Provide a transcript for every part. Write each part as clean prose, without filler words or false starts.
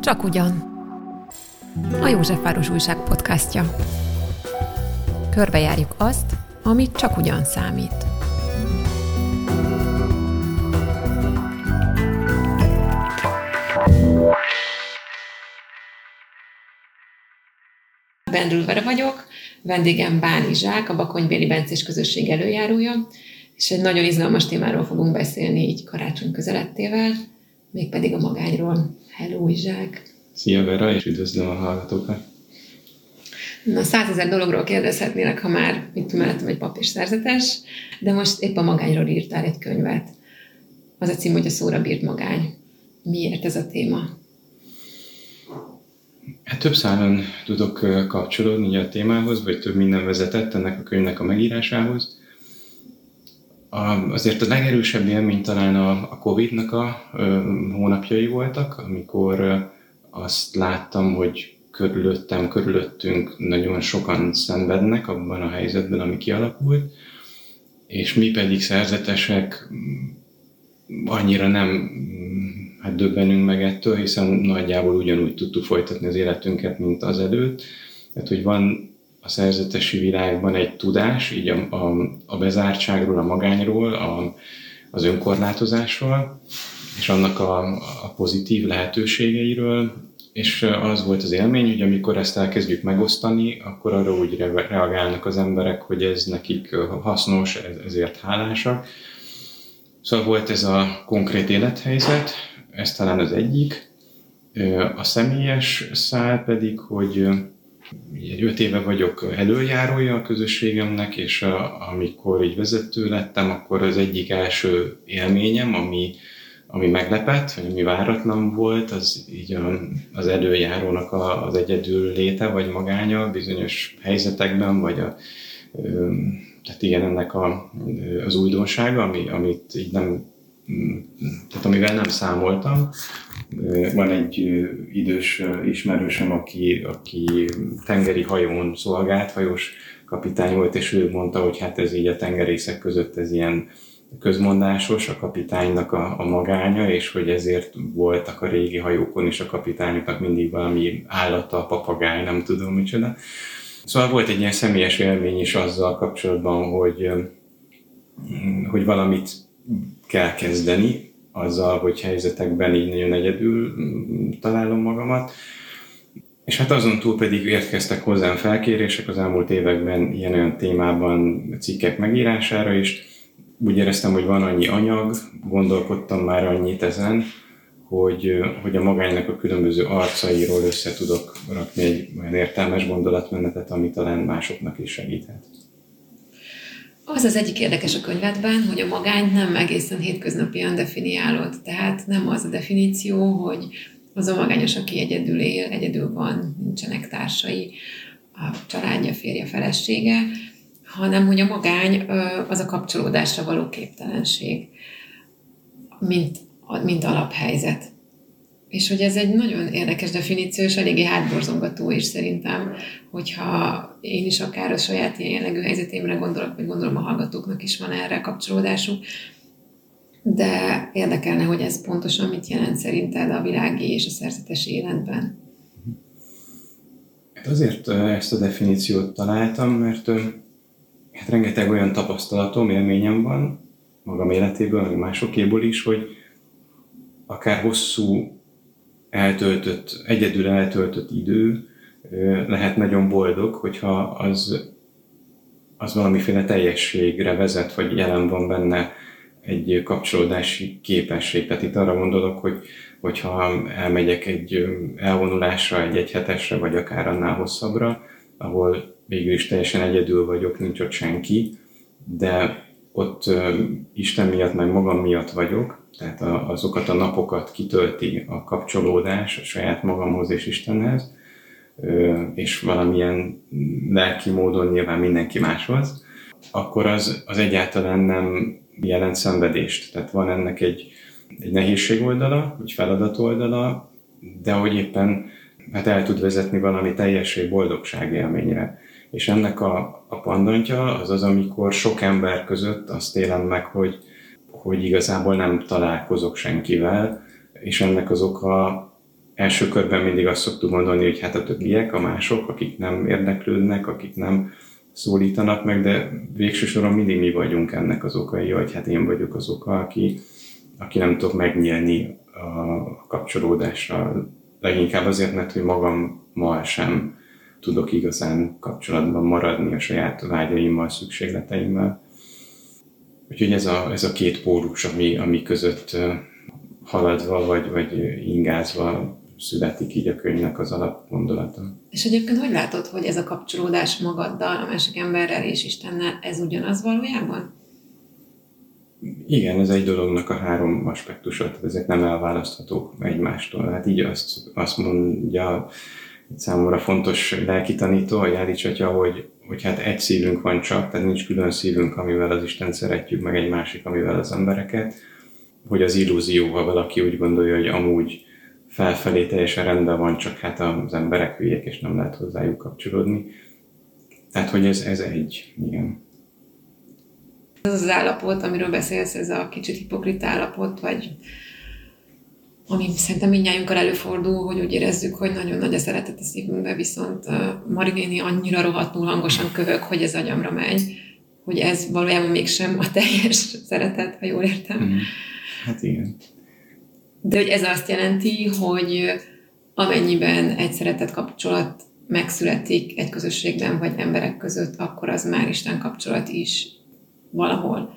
Csak ugyan. A Józsefváros Újság podcastja. Körbejárjuk azt, amit csak ugyan számít. Bendrülvere vagyok, vendégem Báni Zsák, a Bakonybéli Bencés Közösség előjárója, és egy nagyon izgalmas témáról fogunk beszélni így karácsony közelettével, mégpedig a magányról. Hello, Zsák! Szia Vera, és üdvözlöm a hallgatókat! Na, 100 000 dologról kérdezhetnélek, ha már itt mellettem egy pap és szerzetes, de most épp a magányról írtál egy könyvet. Az a cím, hogy a szóra bírt magány. Miért ez a téma? Hát több szálon tudok kapcsolódni a témához, vagy több minden vezetett ennek a könyvnek a megírásához. Azért a legerősebb élmény talán a Covid-nak a hónapjai voltak, amikor azt láttam, hogy körülöttünk nagyon sokan szenvednek abban a helyzetben, ami kialakult, és mi pedig szerzetesek annyira nem döbbenünk meg ettől, hiszen nagyjából ugyanúgy tudtuk folytatni az életünket, mint az előtt. Tehát, hogy van a szerzetesi világban egy tudás, így a bezártságról, a magányról, az önkorlátozásról, és annak a pozitív lehetőségeiről, és az volt az élmény, hogy amikor ezt elkezdjük megosztani, akkor arra úgy reagálnak az emberek, hogy ez nekik hasznos, ezért hálásak. Szóval volt ez a konkrét élethelyzet, ez talán az egyik. A személyes szál pedig, hogy 5 éve vagyok előjárója a közösségemnek, és amikor így vezető lettem, akkor az egyik első élményem, ami meglepett, vagy ami váratlan volt, az így az előjárónak az egyedül léte, vagy magánya bizonyos helyzetekben, vagy tehát igen, ennek az újdonsága, amit így nem, tehát amivel nem számoltam. Van egy idős ismerősöm, aki tengeri hajón szolgált, hajós kapitány volt, és ő mondta, hogy hát ez így a tengerészek között ez ilyen közmondásos, a kapitánynak a magánya, és hogy ezért voltak a régi hajókon is a kapitányoknak mindig valami állata, papagáj, nem tudom micsoda. Szóval volt egy ilyen személyes élmény is azzal kapcsolatban, hogy valamit kell kezdeni, azzal, hogy helyzetekben így nagyon egyedül találom magamat. És hát azon túl pedig érkeztek hozzám felkérések az elmúlt években ilyen-olyan témában cikkek megírására is. Úgy éreztem, hogy van annyi anyag, gondolkodtam már annyit ezen, hogy a magánynak a különböző arcairól össze tudok rakni egy olyan értelmes gondolatmenetet, ami talán másoknak is segíthet. Az egyik érdekes a könyvedben, hogy a magányt nem egészen hétköznapian definiálod. Tehát nem az a definíció, hogy az a magányos, aki egyedül él, egyedül van, nincsenek társai, a családja, férje, felesége, hanem hogy a magány az a kapcsolódásra való képtelenség, mint alaphelyzet. És hogy ez egy nagyon érdekes definíció, és eléggé hátborzongató is szerintem, hogyha én is akár a saját ilyen jellegű helyzetémre gondolok, vagy gondolom a hallgatóknak is van erre kapcsolódásuk, de érdekelne, hogy ez pontosan mit jelent szerinted a világi és a szerzetesi életben. Hát azért ezt a definíciót találtam, mert hát rengeteg olyan tapasztalatom, élményem van magam életéből, meg másokéból is, hogy akár hosszú egyedül eltöltött idő lehet nagyon boldog, hogyha az valamiféle teljességre vezet, vagy jelen van benne egy kapcsolódási képesség. Tehát itt arra gondolok, hogyha elmegyek egy elvonulásra, egy hetesre, vagy akár annál hosszabbra, ahol végül is teljesen egyedül vagyok, nincs ott senki, de ott Isten miatt, meg magam miatt vagyok, tehát azokat a napokat kitölti a kapcsolódás a saját magamhoz és Istenhez, és valamilyen lelki módon nyilván mindenki máshoz, akkor az egyáltalán nem jelent szenvedést. Tehát van ennek egy nehézség oldala, egy feladat oldala, de hogy éppen hát el tud vezetni valami teljesség, boldogság élményre. És ennek a pandantja az, amikor sok ember között azt élem meg, hogy igazából nem találkozok senkivel, és ennek az oka első körben mindig azt szoktuk mondani, hogy hát a többiek, a mások, akik nem érdeklődnek, akik nem szólítanak meg, de végső soron mindig mi vagyunk ennek az okai, hogy hát én vagyok az oka, aki nem tudok megnyílni a kapcsolódásra. Leginkább azért, mert hogy magammal sem tudok igazán kapcsolatban maradni a saját vágyaimmal, szükségleteimmel. Úgyhogy ez a két pólus, ami között haladva vagy ingázva születik így a könyvnek az alapgondolata. És egyébként hogy látod, hogy ez a kapcsolódás magaddal, a másik emberrel és Istennel, ez ugyanaz valójában? Igen, ez egy dolognak a három aspektusa, tehát ezek nem elválaszthatók egymástól. Hát így azt mondja egy számomra fontos lelki tanító, a Jálics atya, hogy hát egy szívünk van csak, tehát nincs külön szívünk, amivel az Istent szeretjük, meg egy másik, amivel az embereket. Hogy az illúzió, ha valaki úgy gondolja, hogy amúgy felfelé teljesen rendben van, csak hát az emberek hülyék, és nem lehet hozzájuk kapcsolódni. Tehát, hogy ez egy, igen. Ez az állapot, amiről beszélsz, ez a kicsit hipokrita állapot, vagy ami szerintem mindnyájunkkal előfordul, hogy úgy érezzük, hogy nagyon nagy a szeretet a szívünkbe, viszont Mari néni annyira rohadtul hangosan kövök, hogy ez agyamra megy, hogy ez valójában mégsem a teljes szeretet, ha jól értem. Hát igen. De hogy ez azt jelenti, hogy amennyiben egy szeretet kapcsolat megszületik egy közösségben, vagy emberek között, akkor az már Isten kapcsolat is valahol.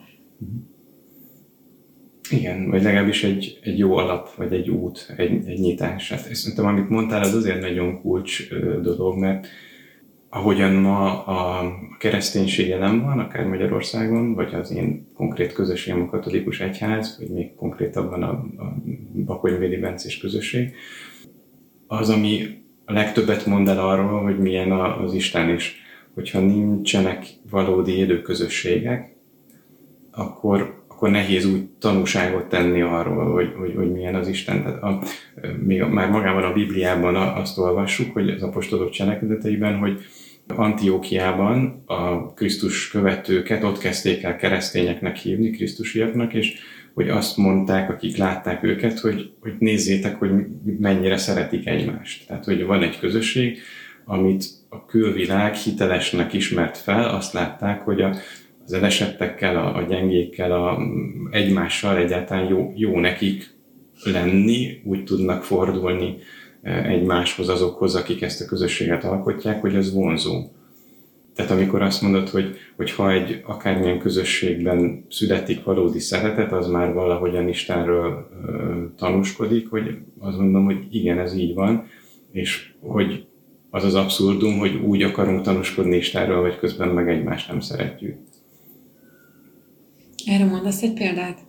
Igen, vagy legalábbis egy jó alap, vagy egy út, egy nyitás. Hát szerintem, amit mondtál, az azért nagyon kulcs dolog, mert ahogyan ma a kereszténység jelen van, akár Magyarországon, vagy az én konkrét közösségem a katolikus egyház, vagy még konkrétabban a Bakonyvédi bencés közösség, az, ami a legtöbbet mond el arról, hogy milyen az Isten is. Hogyha nincsenek valódi élő közösségek, akkor nehéz úgy tanúságot tenni arról, hogy milyen az Isten. Tehát még már magában a Bibliában azt olvassuk, hogy az apostolok cselekedeteiben, hogy Antiókiában a Krisztus követőket ott kezdték el keresztényeknek hívni, krisztusiaknak, és hogy azt mondták, akik látták őket, hogy nézzétek, hogy mennyire szeretik egymást. Tehát, hogy van egy közösség, amit a külvilág hitelesnek ismert fel, azt látták, hogy az elesettekkel, a gyengékkel, egymással egyáltalán jó nekik lenni, úgy tudnak fordulni egymáshoz, azokhoz, akik ezt a közösséget alkotják, hogy ez vonzó. Tehát amikor azt mondod, hogy ha egy akármilyen közösségben születik valódi szeretet, az már valahogyan Istenről tanúskodik, hogy azt mondom, hogy igen, ez így van, és hogy az az abszurdum, hogy úgy akarunk tanúskodni Istenről, hogy közben meg egymást nem szeretjük. Erre mondasz egy példát?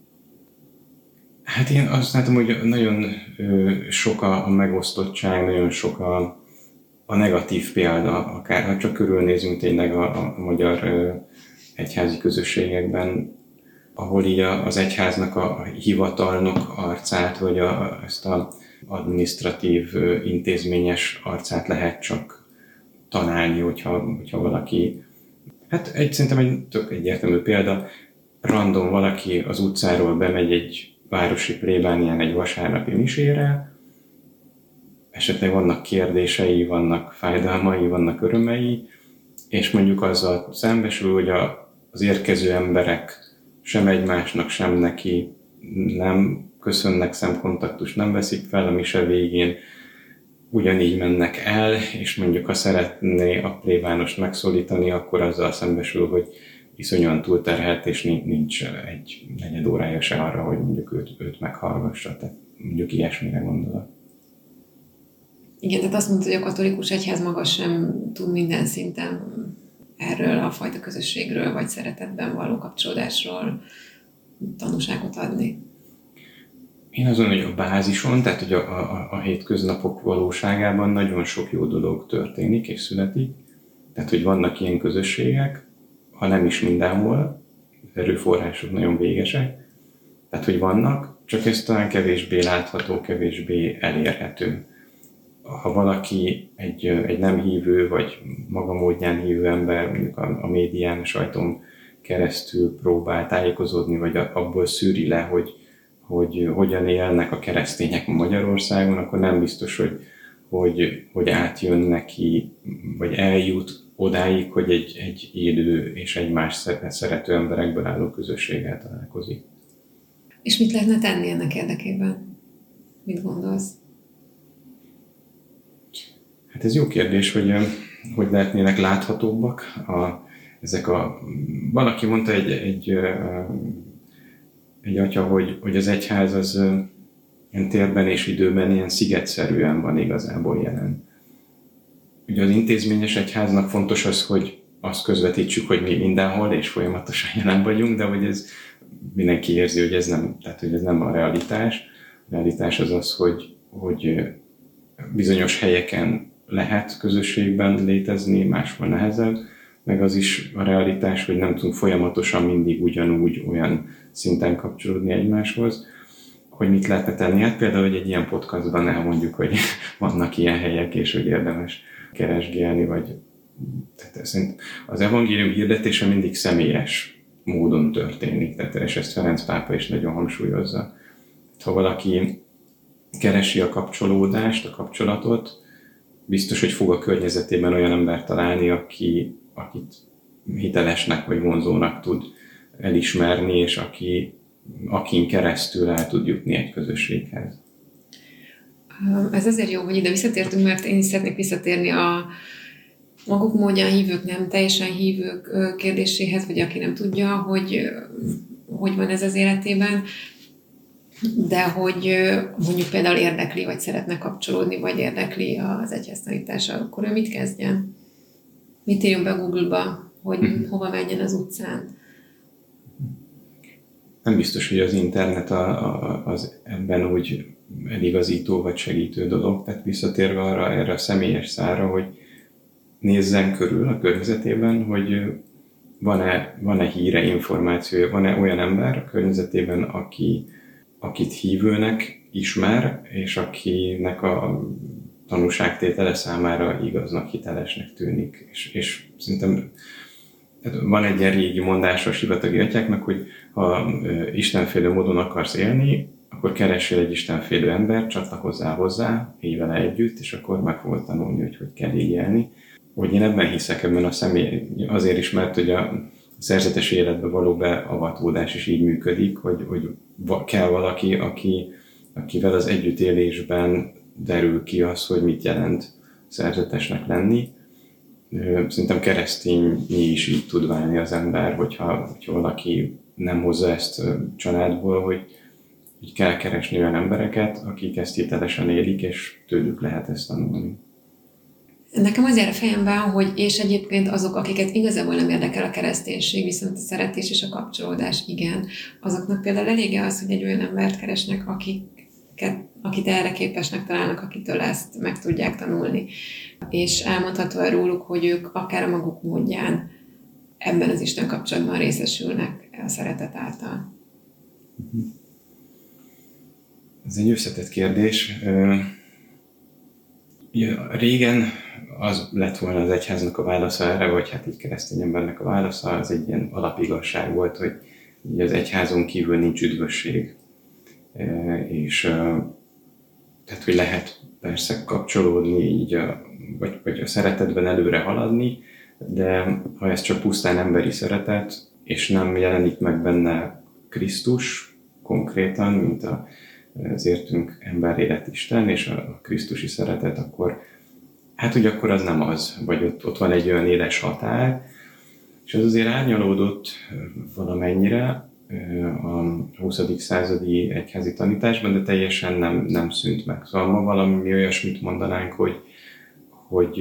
Hát én azt látom, hogy nagyon sok a megosztottság, nagyon sok a negatív példa, akár ha csak körülnézünk tényleg a magyar egyházi közösségekben, ahol így az egyháznak a hivatalnok arcát, vagy ezt az adminisztratív, intézményes arcát lehet csak találni, hogyha valaki... Hát szerintem egy tök egyértelmű példa, random valaki az utcáról bemegy egy városi plébánián egy vasárnapi misére, esetleg vannak kérdései, vannak fájdalmai, vannak örömei, és mondjuk azzal szembesül, hogy az érkező emberek sem egymásnak, sem neki nem köszönnek szemkontaktust, nem veszik fel a mise végén, ugyanígy mennek el, és mondjuk ha szeretné a plébánost megszólítani, akkor azzal szembesül, hogy iszonyúan túlterhelt, és nincs egy negyed órája se arra, hogy mondjuk őt meghallgassa. Tehát mondjuk ilyesmire gondolok. Igen, tehát azt mondta, hogy a katolikus egyház maga sem tud minden szinten erről a fajta közösségről, vagy szeretetben való kapcsolódásról tanúságot adni. Én azon, hogy a bázison, tehát hogy a hétköznapok valóságában nagyon sok jó dolog történik és születik. Tehát, hogy vannak ilyen közösségek, ha nem is mindenhol, erőforrások nagyon végesek. Tehát, hogy vannak, csak ez talán kevésbé látható, kevésbé elérhető. Ha valaki egy nem hívő, vagy maga módján hívő ember, mondjuk a médián, a sajtón keresztül próbál tájékozódni, vagy abból szűri le, hogy hogyan élnek a keresztények Magyarországon, akkor nem biztos, hogy átjön neki, vagy eljut odáig, hogy egy élő és egymás szerető emberekből álló közösséggel találkozik. És mit lehetne tenni ennek érdekében? Mit gondolsz? Hát ez jó kérdés, hogy lehetnének láthatóbbak valaki mondta egy atya, hogy az egyház az ilyen térben és időben ilyen szigetszerűen van igazából jelen. Ugye az intézményes egyháznak fontos az, hogy azt közvetítsük, hogy mi mindenhol és folyamatosan jelen vagyunk, de hogy ez mindenki érzi, hogy ez nem a realitás. A realitás az, hogy bizonyos helyeken lehet közösségben létezni, máshol nehezebb, meg az is a realitás, hogy nem tudunk folyamatosan mindig ugyanúgy olyan szinten kapcsolódni egymáshoz, hogy mit lehetne tenni. Hát például, hogy egy ilyen podcastban elmondjuk, hogy vannak ilyen helyek, és hogy érdemes keresgélni, tehát az evangélium hirdetése mindig személyes módon történik, és ezt Ferenc pápa is nagyon hangsúlyozza. Ha valaki keresi a kapcsolódást, a kapcsolatot, biztos, hogy fog a környezetében olyan embert találni, akit hitelesnek vagy vonzónak tud elismerni, és akin keresztül el tud jutni egy közösséghez. Ez azért jó, hogy ide visszatértünk, mert én is szeretnék visszatérni a maguk módján hívők, nem teljesen hívők kérdéséhez, vagy aki nem tudja, hogy van ez az életében, de hogy mondjuk például érdekli, vagy szeretne kapcsolódni, vagy érdekli az egyház tanítása, akkor ő mit kezdjen? Mit írjon be Google-ba, hogy hova menjen az utcán? Nem biztos, hogy az internet az ebben úgy eligazító vagy segítő dolog, tehát visszatérve erre a személyes szálra, hogy nézzen körül a környezetében, hogy van-e híre, információja, van-e olyan ember a környezetében, akit hívőnek ismer, és akinek a tanúságtétele számára igaznak, hitelesnek tűnik. És szerintem van egy ilyen régi mondása a sivatagi atyáknak, hogy ha istenfélő módon akarsz élni, akkor keressél egy istenfélő embert, csatlakozzál hozzá, élj vele együtt, és akkor meg fogod tanulni, hogy kell így élni. Hogy én ebben hiszek, ebben a személy, azért is, mert hogy a szerzetes életbe való beavatódás is így működik, hogy kell valaki, akivel az együttélésben derül ki az, hogy mit jelent szerzetesnek lenni. Szerintem keresztényi is így tud válni az ember, hogyha valaki nem hozza ezt családból, hogy kell keresni olyan embereket, akik ezt hitelesen élik, és tőlük lehet ezt tanulni. Nekem az jár a fejemben, hogy és egyébként azok, akiket igazából nem érdekel a kereszténység, viszont a szeretés és a kapcsolódás igen, azoknak például elége az, hogy egy olyan embert keresnek, akit erre képesnek találnak, akitől ezt meg tudják tanulni. És elmondható róluk, hogy ők akár a maguk módján ebben az Isten kapcsolatban részesülnek a szeretet által. Ez egy összetett kérdés. Régen az lett volna az egyháznak a válasza erre, vagy hát így keresztény embernek a válasza, az egy ilyen alapigazság volt, hogy az egyházon kívül nincs üdvösség. És tehát, hogy lehet persze kapcsolódni így, vagy a szeretetben előre haladni, de ha ez csak pusztán emberi szeretet, és nem jelenik meg benne Krisztus konkrétan, mint az értünk ember élet Isten, és a krisztusi szeretet, akkor akkor az nem az, vagy ott van egy olyan éles határ, és ez azért árnyalódott valamennyire a 20. századi egyházi tanításban, de teljesen nem szűnt meg. Szóval ma valami olyasmit mondanánk, hogy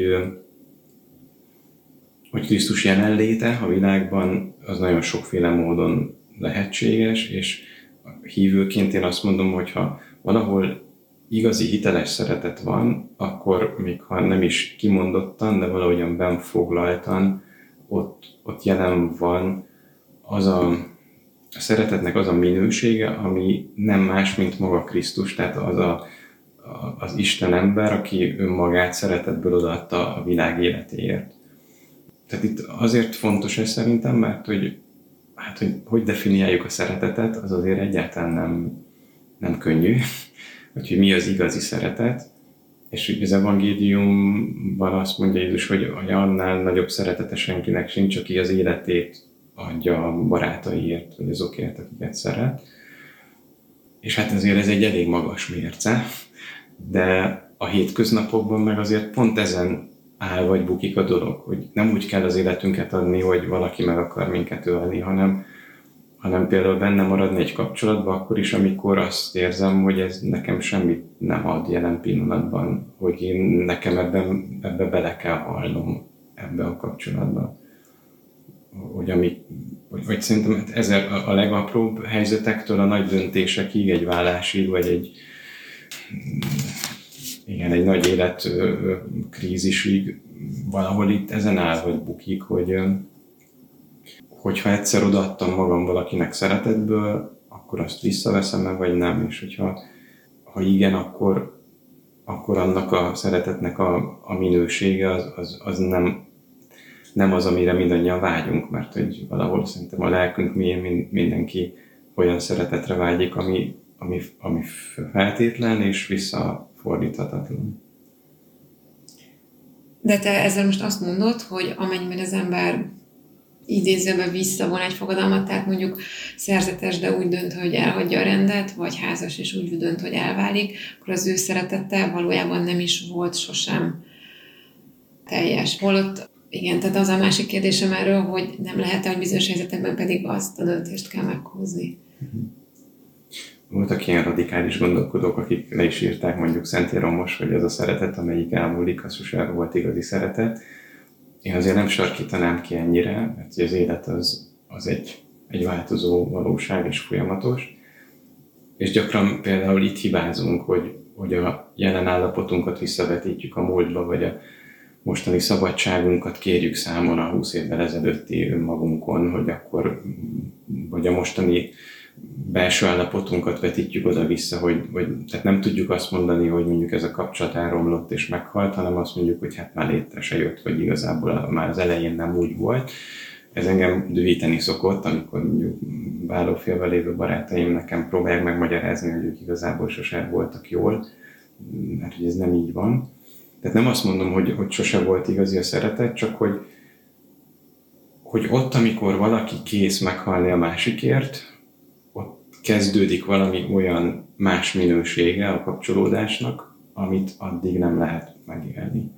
Krisztus jelenléte a világban az nagyon sokféle módon lehetséges, és hívőként én azt mondom, hogy ha valahol igazi hiteles szeretet van, akkor még ha nem is kimondottan, de valahogyan benfoglaltan ott jelen van az a szeretetnek az a minősége, ami nem más, mint maga Krisztus, tehát az Isten ember, aki önmagát szeretetből odaadta a világ életéért. Tehát itt azért fontos ez szerintem, mert hogy definiáljuk a szeretetet, az azért egyáltalán nem könnyű, hogy mi az igazi szeretet, és az evangéliumban azt mondja Jézus, hogy annál nagyobb szeretete senkinek sincs, aki az életét adja a barátaiért, vagy azokért, akiket szeret. És hát azért ez egy elég magas mérce, de a hétköznapokban meg azért pont ezen áll vagy bukik a dolog, hogy nem úgy kell az életünket adni, hogy valaki meg akar minket ölni, hanem például benne maradni egy kapcsolatban, akkor is, amikor azt érzem, hogy ez nekem semmit nem ad jelen pillanatban, hogy nekem ebbe bele kell halnom ebbe a kapcsolatba. Hogy szerintem ez a legapróbb helyzetektől a nagy döntésekig, egy vállásig, vagy egy nagy életkrízisig valahol itt ezen áll, vagy bukik, hogyha egyszer odaadtam magam valakinek szeretetből, akkor azt visszaveszem-e, vagy nem, és ha igen, akkor annak a szeretetnek a minősége az nem az, amire mindannyian vágyunk, mert hogy valahol szerintem a lelkünk mélyén mindenki olyan szeretetre vágyik, ami feltétlen és visszafordíthatatlan. De te ezzel most azt mondod, hogy amennyiben az ember idézőben visszavon egy fogadalmat, tehát mondjuk szerzetes, de úgy dönt, hogy elhagyja a rendet, vagy házas, és úgy dönt, hogy elválik, akkor az ő szeretete valójában nem is volt sosem teljes. Holott, igen, tehát az a másik kérdésem erről, hogy nem lehet-e, hogy bizonyos helyzetekben pedig azt a döntést kell meghozni. Voltak ilyen radikális gondolkodók, akik le is írták, mondjuk Szent Jeromos, hogy az a szeretet, amelyik elmúlik, az sosem volt igazi szeretet. Én azért nem sarkítanám ki ennyire, mert az élet az egy változó valóság és folyamatos. És gyakran például itt hibázunk, hogy a jelen állapotunkat visszavetítjük a múltba, vagy a mostani szabadságunkat kérjük számon a 20 évvel ezelőtti önmagunkon, hogy akkor, vagy a mostani belső állapotunkat vetítjük oda-vissza, tehát nem tudjuk azt mondani, hogy mondjuk ez a kapcsolat elromlott és meghalt, hanem azt mondjuk, hogy hát már létre se jött, vagy igazából már az elején nem úgy volt. Ez engem dühíteni szokott, amikor mondjuk válófélben lévő barátaim nekem próbálják megmagyarázni, hogy ők igazából sose voltak jól, mert hogy ez nem így van. Tehát nem azt mondom, hogy sose volt igazi a szeretet, csak hogy ott, amikor valaki kész meghalni a másikért, kezdődik valami olyan más minősége a kapcsolódásnak, amit addig nem lehet megélni.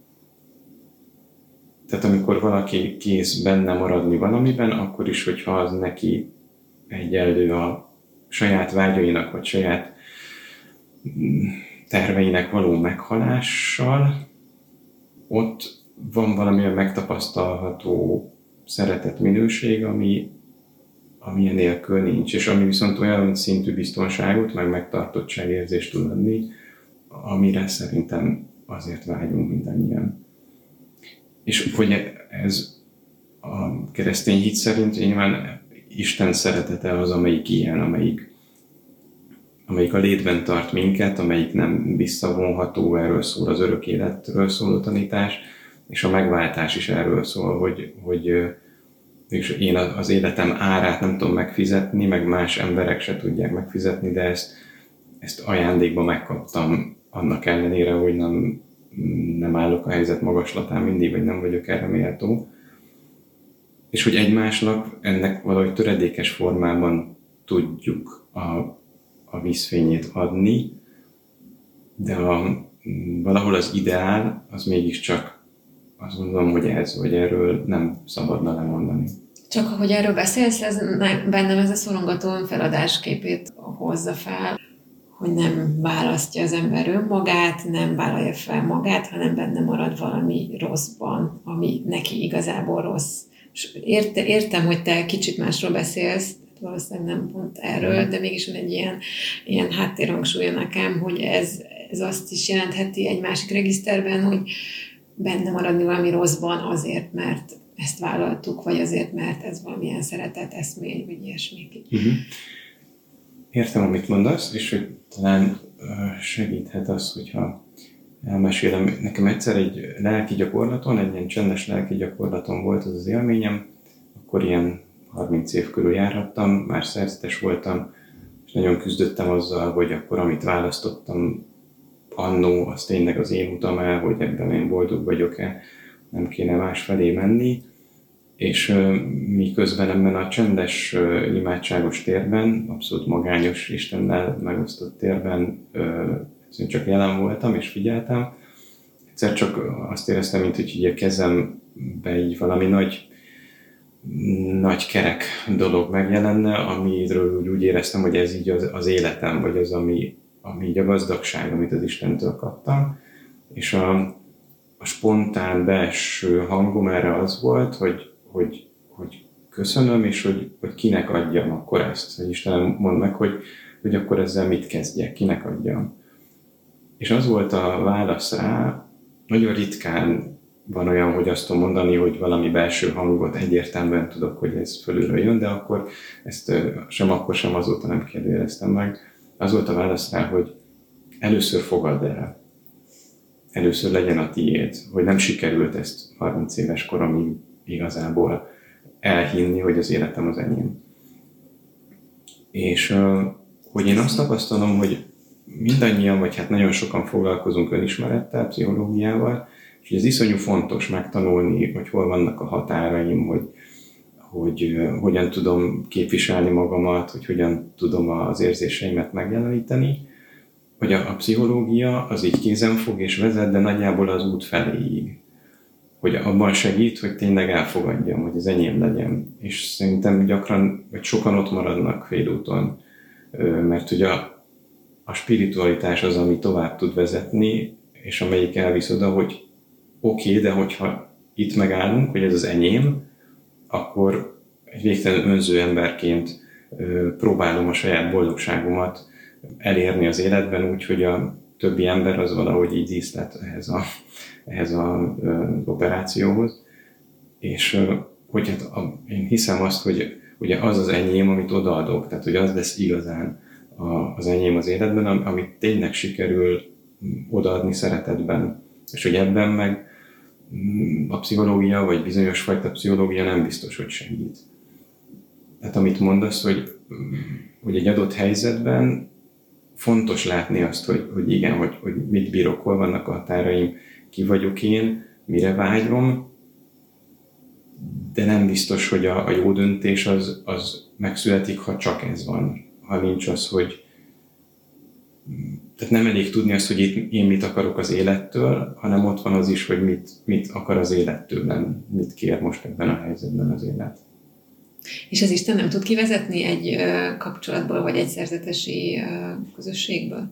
Tehát amikor valaki kész benne maradni valamiben, akkor is, hogyha az neki egyenlő a saját vágyainak, vagy saját terveinek való meghalással, ott van valamilyen megtapasztalható szeretet minőség, ami nélkül nincs, és ami viszont olyan szintű biztonságot, meg megtartottságérzést tud adni, amire szerintem azért vágyunk mindannyian. És hogy ez a keresztény hit szerint nyilván Isten szeretete az, amelyik ilyen, amelyik a létben tart minket, amelyik nem visszavonható, erről szól az örök életről szóló tanítás, és a megváltás is erről szól, hogy és én az életem árát nem tudom megfizetni, meg más emberek se tudják megfizetni, de ezt ajándékba megkaptam annak ellenére, hogy nem állok a helyzet magaslatán mindig, vagy nem vagyok erre méltó. És hogy egymásnak ennek valahogy töredékes formában tudjuk a vízfényét adni, de valahol az ideál, az mégiscsak azt gondolom, hogy vagy erről nem szabadna lemondani. Csak ahogy erről beszélsz, bennem ez a szorongató önfeladás-képét hozza fel, hogy nem választja az ember önmagát, nem vállalja fel magát, hanem benne marad valami rosszban, ami neki igazából rossz. Értem, hogy te kicsit másról beszélsz, valószínűleg nem pont erről, de mégis van egy ilyen háttérhangsúlya nekem, hogy ez azt is jelentheti egy másik regiszterben, hogy benne maradni valami rosszban azért, mert ezt vállaltuk, vagy azért, mert ez valamilyen szeretet eszmény, vagy ilyesmi. Uh-huh. Értem, amit mondasz, és hogy talán segíthet az, hogyha elmesélem. Nekem egyszer egy lelki gyakorlaton, egy ilyen csendes lelki gyakorlaton volt az élményem, akkor ilyen 30 év körül járhattam, már szerzetes voltam, és nagyon küzdöttem azzal, hogy akkor amit választottam annó, az tényleg az én utam el, hogy ebben én boldog vagyok-e, nem kéne másfelé menni. És miközben ebben a csendes, imádságos térben, abszolút magányos, Istennel megosztott térben csak jelen voltam és figyeltem, egyszer csak azt éreztem, mint hogy így a kezembe így valami nagy kerek dolog megjelenne, amiről úgy éreztem, hogy ez így az életem, vagy az, ami így a gazdagság, amit az Istentől kaptam. És a spontán belső hangom erre az volt, hogy köszönöm, és hogy kinek adjam akkor ezt. Hogy Istenem, mondd meg, hogy akkor ezzel mit kezdjek, kinek adjam. És az volt a válasz rá, nagyon ritkán van olyan, hogy azt tudom mondani, hogy valami belső hangot egyértelműen tudok, hogy ez fölülről jön, de akkor ezt sem akkor, sem azóta nem kérdőjeleztem meg. Az volt a válasz rá, hogy először fogadd el. Először legyen a tiéd, hogy nem sikerült ezt 30 éves koromig igazából elhinni, hogy az életem az enyém. És hogy én azt tapasztalom, hogy mindannyian, vagy hát nagyon sokan foglalkozunk önismerettel, pszichológiával, és ez iszonyú fontos megtanulni, hogy hol vannak a határaim, hogy hogyan tudom képviselni magamat, hogy hogyan tudom az érzéseimet megjeleníteni, hogy a pszichológia az így kézen fog és vezet, de nagyjából az út feléig. Hogy abban segít, hogy tényleg elfogadjam, hogy az enyém legyen. És szerintem gyakran, vagy sokan ott maradnak félúton, mert ugye a spiritualitás az, ami tovább tud vezetni, és amelyik elvisz oda, hogy oké, de hogyha itt megállunk, hogy ez az enyém, akkor egy végtelen önző emberként próbálom a saját boldogságomat elérni az életben úgy, hogy a többi ember az valahogy így díszlet ehhez az operációhoz. És hogy hát én hiszem azt, hogy ugye az az enyém, amit odaadok, tehát hogy az lesz igazán az enyém az életben, amit tényleg sikerül odaadni szeretetben. És hogy ebben meg a pszichológia, vagy bizonyos fajta pszichológia nem biztos, hogy segít. Tehát amit mondasz, hogy egy adott helyzetben fontos látni azt, hogy igen, hogy mit bírok, hol vannak a határaim, ki vagyok én, mire vágyom, de nem biztos, hogy a jó döntés az megszületik, ha csak ez van. Ha nincs az, hogy tehát nem elég tudni azt, hogy itt én mit akarok az élettől, hanem ott van az is, hogy mit akar az élettől, mit kér most ebben a helyzetben az élet. És az Isten nem tud kivezetni egy kapcsolatból, vagy egy szerzetesi közösségből?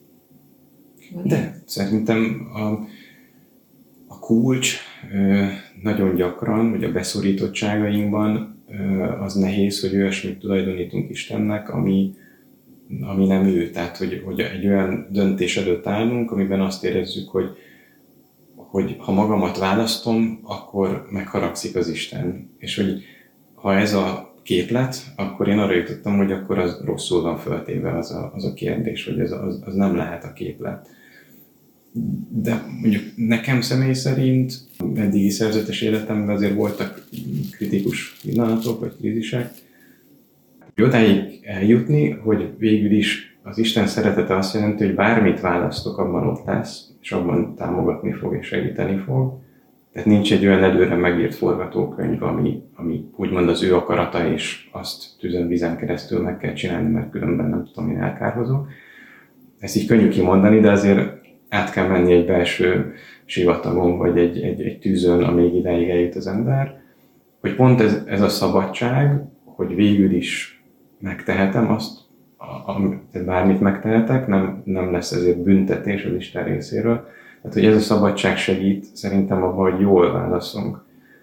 De szerintem a kulcs nagyon gyakran, vagy a beszorítottságainkban az nehéz, hogy olyasmit tulajdonítunk Istennek, ami nem ő. Tehát, hogy egy olyan döntés előtt állunk, amiben azt érezzük, hogy ha magamat választom, akkor megharagszik az Isten. És hogy ha ez a képlet, akkor én arra jutottam, hogy akkor az rosszul van föltéve az a kérdés, hogy az nem lehet a képlet. De mondjuk nekem személy szerint eddigi szerzetes életemben azért voltak kritikus pillanatok, vagy krízisek. Odáig eljutni, hogy végül is az Isten szeretete azt jelenti, hogy bármit választok, abban ott lesz, és abban támogatni fog és segíteni fog. Tehát nincs egy olyan előre megírt forgatókönyv, ami úgymond az ő akarata, és azt tűzön vízen keresztül meg kell csinálni, mert különben nem tudom, én elkárhozok. Ezt így könnyű kimondani, de azért át kell menni egy belső sivatagon, vagy egy tűzön, amíg ideig eljut az ember. Hogy pont ez a szabadság, hogy végül is megtehetem azt, tehát bármit megtehetek, nem lesz ezért büntetés az Isten részéről. Tehát, hogy ez a szabadság segít szerintem abban, hogy jól válaszolunk.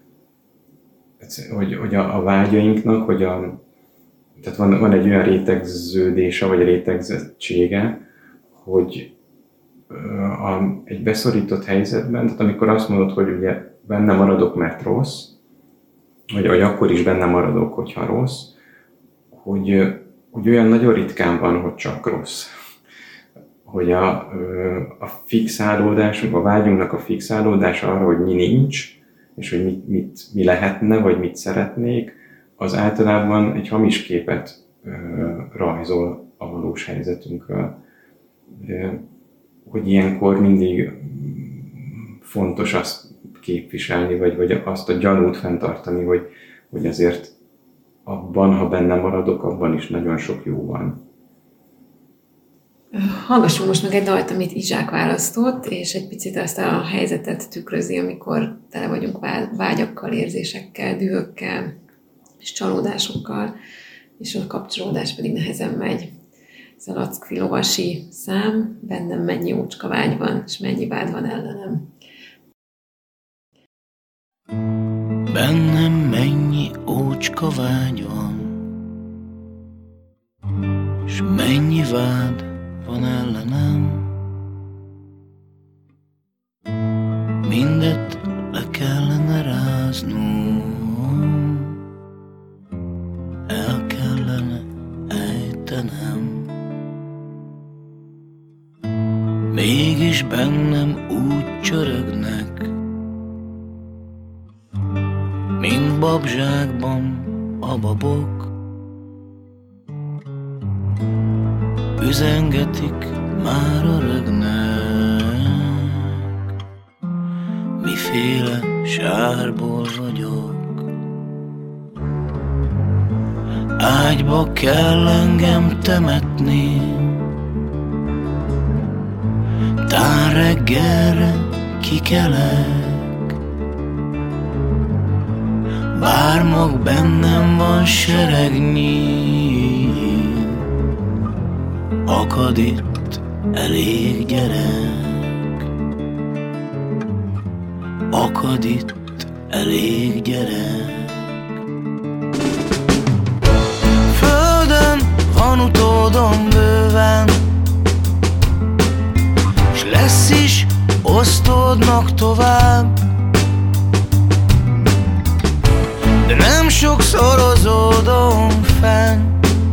Hogy a vágyainknak, tehát van egy olyan rétegződése, vagy rétegzettsége, hogy egy beszorított helyzetben, tehát amikor azt mondod, hogy ugye benne maradok, mert rossz, vagy akkor is benne maradok, hogyha rossz, hogy olyan nagyon ritkán van, hogy csak rossz. Hogy a fixálódásunk, a vágyunknak a fixálódása arra, hogy mi nincs, és hogy mi lehetne, vagy mit szeretnék, az általában egy hamis képet rajzol a valós helyzetünkről. Hogy ilyenkor mindig fontos azt képviselni, vagy azt a gyanút fenntartani, hogy azért abban, ha benne maradok, abban is nagyon sok jó van. Hallgassunk most meg egy dalt, amit Izsák választott, és egy picit azt a helyzetet tükrözi, amikor tele vagyunk vágyakkal, érzésekkel, dühökkel, és csalódásokkal, és a kapcsolódás pedig nehezen megy. Ez a Lackfi Lovasi szám, bennem mennyi ócska vágy van, és mennyi vád van ellenem. Bennem mennyi ócska vágy van, és mennyi vád van ellenem. Mindet le kellene ráznom, el kellene ejtenem. Mégis bennem úgy csörögnek, mint babzsákban a babok. Üzengetik már a rögnek, miféle sárból vagyok. Ágyba kell engem temetni, tán reggelre kikelek. Bár mag bennem van seregnyi, akad itt elég gyerek. Akad itt elég gyerek. Földön van utódom bőven, s lesz is, osztódnak tovább. De nem sokszorozódom fenn,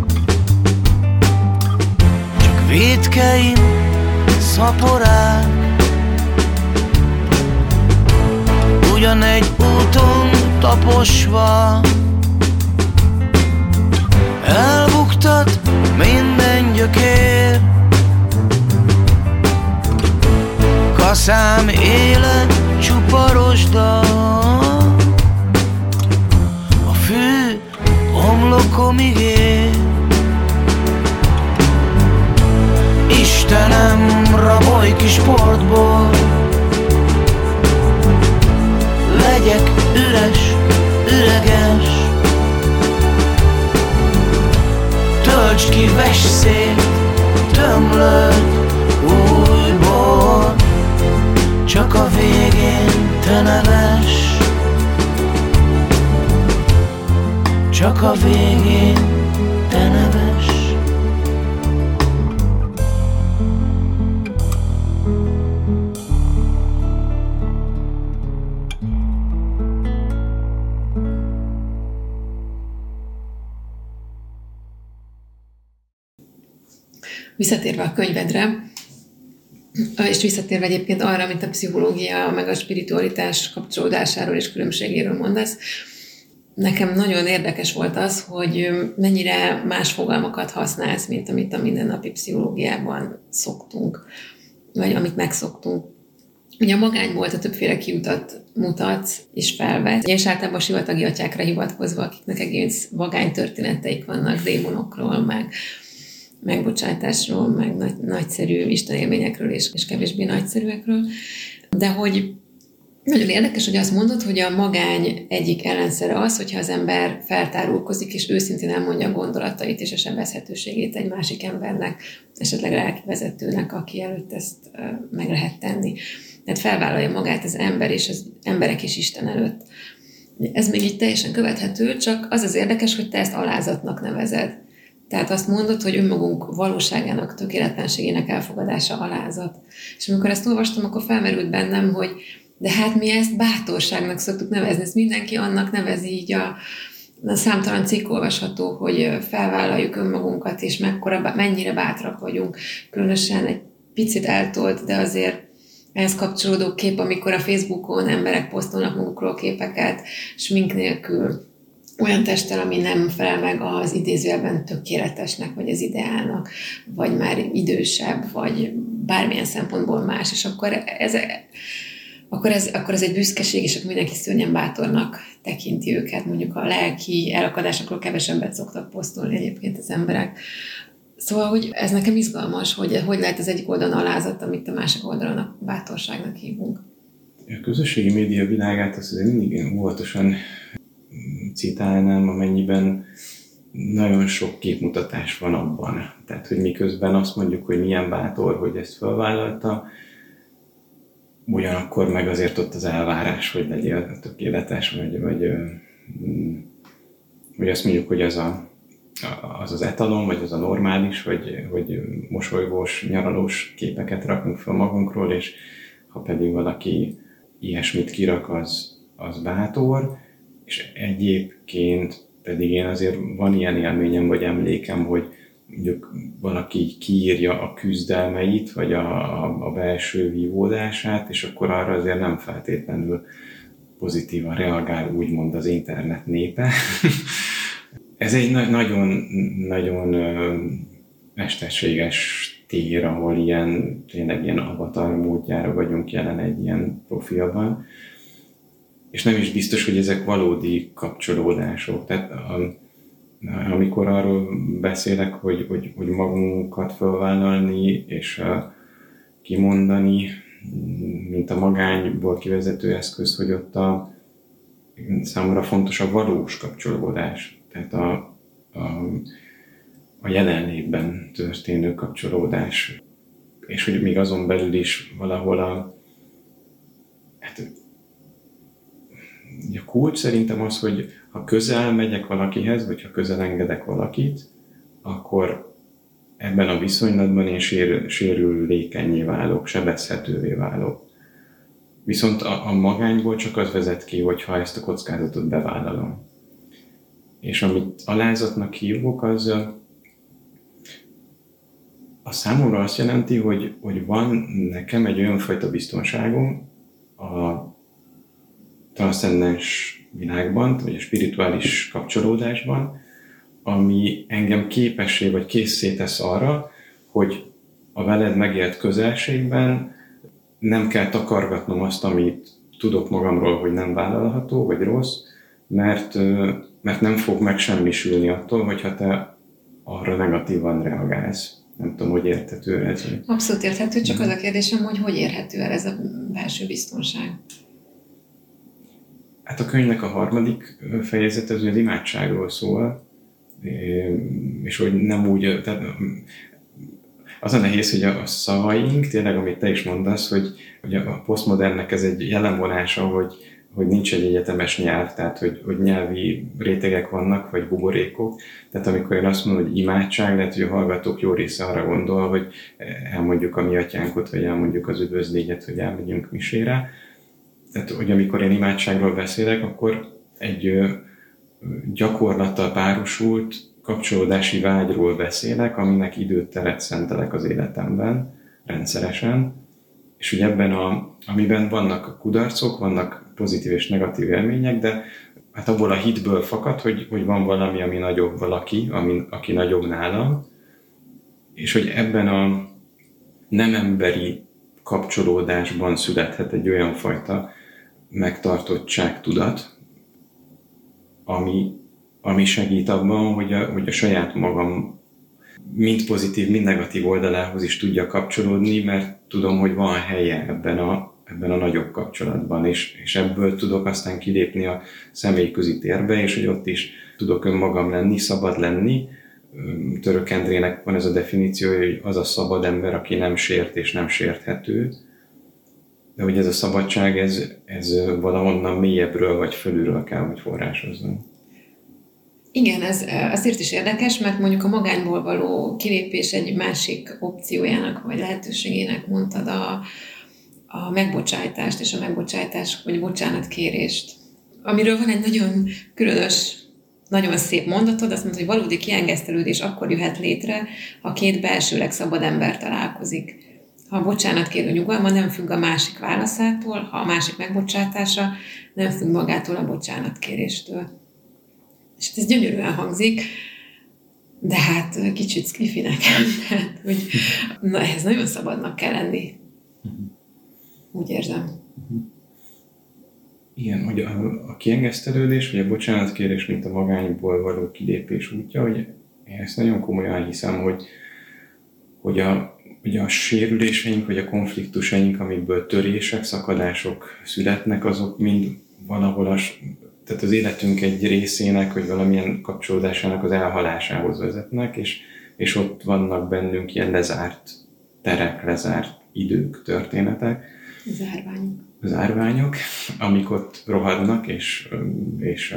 csak vétkeim szaporák. Ugyanegy úton taposva elbuktat minden gyökér. Kaszám éle csupa rozsda, a fű homlokomig ér. Istenem, rabolj ki sportból, legyek üres, üreges. Töltsd ki, vess szét, tömlöd újból, csak a végén te neves. Csak a végén te neves. Visszatérve a könyvedre, és visszatérve egyébként arra, amit a pszichológia meg a spiritualitás kapcsolódásáról és különbségéről mondasz, nekem nagyon érdekes volt az, hogy mennyire más fogalmakat használsz, mint amit a mindennapi pszichológiában szoktunk, vagy amit megszoktunk. Ugye a magányból a többféle kiutat mutatsz és felvesz, és általában a sivatagi atyákra hivatkozva, akiknek egész vagány történeteik vannak, démonokról, meg megbocsátásról, meg nagyszerű istenélményekről és kevésbé nagyszerűekről. De hogy nagyon érdekes, hogy azt mondod, hogy a magány egyik ellenszere az, hogyha az ember feltárulkozik, és őszintén elmondja a gondolatait és a sebezhetőségét egy másik embernek, esetleg lelkivezetőnek, aki előtt ezt meg lehet tenni. Tehát felvállalja magát az ember és az emberek is Isten előtt. Ez még így teljesen követhető, csak az az érdekes, hogy te ezt alázatnak nevezed. Tehát azt mondod, hogy önmagunk valóságának, tökéletlenségének elfogadása alázat. És amikor ezt olvastam, akkor felmerült bennem, hogy de hát mi ezt bátorságnak szoktuk nevezni, ezt mindenki annak nevezi, így a számtalan cikk olvasható, hogy felvállaljuk önmagunkat, és mennyire bátrak vagyunk. Különösen egy picit eltolt, de azért ehhez kapcsolódó kép, amikor a Facebookon emberek posztolnak magukról képeket, smink nélkül, olyan testtel, ami nem felel meg az idézőjelben tökéletesnek, vagy az ideálnak, vagy már idősebb, vagy bármilyen szempontból más, és akkor ez egy büszkeség, és akkor mindenki szörnyen bátornak tekinti őket. Mondjuk a lelki elakadásokról kevesebbet szoktak posztolni egyébként az emberek. Szóval, hogy ez nekem izgalmas, hogy lehet az egyik oldalon alázat, amit a másik oldalon a bátorságnak hívunk. A közösségi média világát azt azért mindig óvatosan citálnám, amennyiben nagyon sok képmutatás van abban. Tehát, hogy miközben azt mondjuk, hogy milyen bátor, hogy ezt felvállalta, ugyanakkor meg azért ott az elvárás, hogy legyél tökéletes, vagy azt mondjuk, hogy az etalon, vagy az a normális, vagy mosolygós, nyaralós képeket rakunk fel magunkról, és ha pedig valaki ilyesmit kirak, az bátor, és egyébként pedig én azért van ilyen élményem, vagy emlékem, hogy mondjuk valaki kiírja a küzdelmeit, vagy a belső vívódását, és akkor arra azért nem feltétlenül pozitívan reagál, úgymond az internet népe. Ez egy nagyon mesterséges tér, ahol tényleg ilyen avatar módjára vagyunk jelen egy ilyen profilban. És nem is biztos, hogy ezek valódi kapcsolódások. Tehát amikor arról beszélek, hogy magunkat felvállalni és kimondani, mint a magányból kivezető eszköz, hogy ott számomra fontos a valós kapcsolódás. Tehát a jelenlétben történő kapcsolódás. És hogy még azon belül is valahol a kulcs szerintem az, hogy ha közel megyek valakihez, vagy ha közel engedek valakit, akkor ebben a viszonylatban én sérülékennyé válok, sebezhetővé válok. Viszont a magányból csak az vezet ki, hogyha ezt a kockázatot bevállalom. És amit alázatnak hívok, az a számomra azt jelenti, hogy van nekem egy olyan fajta biztonságom a transzcendens világban, vagy a spirituális kapcsolódásban, ami engem képessé vagy készé tesz arra, hogy a veled megélt közelségben nem kell takargatnom azt, amit tudok magamról, hogy nem vállalható, vagy rossz, mert nem fog megsemmisülni attól, hogyha te arra negatívan reagálsz. Nem tudom, hogy érthető ez. Abszolút érthető, csak az a kérdésem, hogy érhető el ez a belső biztonság? Hát a könyvnek a harmadik fejezet az imádságról szól, és hogy nem úgy, tehát az a nehéz, hogy a szavaink, tényleg amit te is mondasz, hogy a posztmodernnek ez egy jellemvonása, hogy nincs egy egyetemes nyelv, tehát hogy nyelvi rétegek vannak, vagy buborékok. Tehát amikor én azt mondom, hogy imádság, lehet, hogy a hallgatók jó része arra gondol, hogy elmondjuk a mi atyánkot, vagy elmondjuk az üdvözlégyet, hogy elmegyünk misére. Tehát, hogy amikor én imádságról beszélek, akkor egy gyakorlattal párosult kapcsolódási vágyról beszélek, aminek időt, teret szentelek az életemben rendszeresen, és hogy ebben amiben vannak kudarcok, vannak pozitív és negatív élmények, de hát abból a hitből fakad, hogy van valami, ami nagyobb valaki, aki nagyobb nálam, és hogy ebben a nem emberi kapcsolódásban születhet egy olyan fajta megtartottság tudat, ami segít abban, hogy a saját magam mind pozitív, mind negatív oldalához is tudja kapcsolódni, mert tudom, hogy van helye ebben a nagyobb kapcsolatban, és ebből tudok aztán kilépni a személyközi térbe, és hogy ott is tudok önmagam lenni, szabad lenni. Török Endrének van ez a definíciója, hogy az a szabad ember, aki nem sért és nem sérthető. De hogy ez a szabadság, ez valahonnan mélyebbről vagy fölülről kell, hogy forrásozzon. Igen, ez azért is érdekes, mert mondjuk a magányból való kilépés egy másik opciójának, vagy lehetőségének mondtad a megbocsájtást, és a megbocsátás, vagy bocsánatkérést. Amiről van egy nagyon különös, nagyon szép mondatod, azt mondod, hogy valódi kiengesztelődés akkor jöhet létre, ha két belsőleg szabad ember találkozik. Ha a bocsánatkérő nyugalma nem függ a másik válaszától, ha a másik megbocsátása nem függ magától a bocsánatkéréstől. És ez gyönyörűen hangzik, de hát kicsit skifi nekem, tehát, hogy na, ehhez nagyon szabadnak kell lenni. Úgy érzem. Igen, hogy a kiengesztelődés, vagy a bocsánatkérés, mint a magányból való kilépés útja, hogy én ezt nagyon komolyan hiszem, hogy a sérüléseink, vagy a konfliktusaink, amikből törések, szakadások születnek, azok mind valahol tehát az életünk egy részének, vagy valamilyen kapcsolódásának az elhalásához vezetnek, és ott vannak bennünk ilyen lezárt terek, lezárt idők, történetek. Zárványok, amik ott rohadnak, és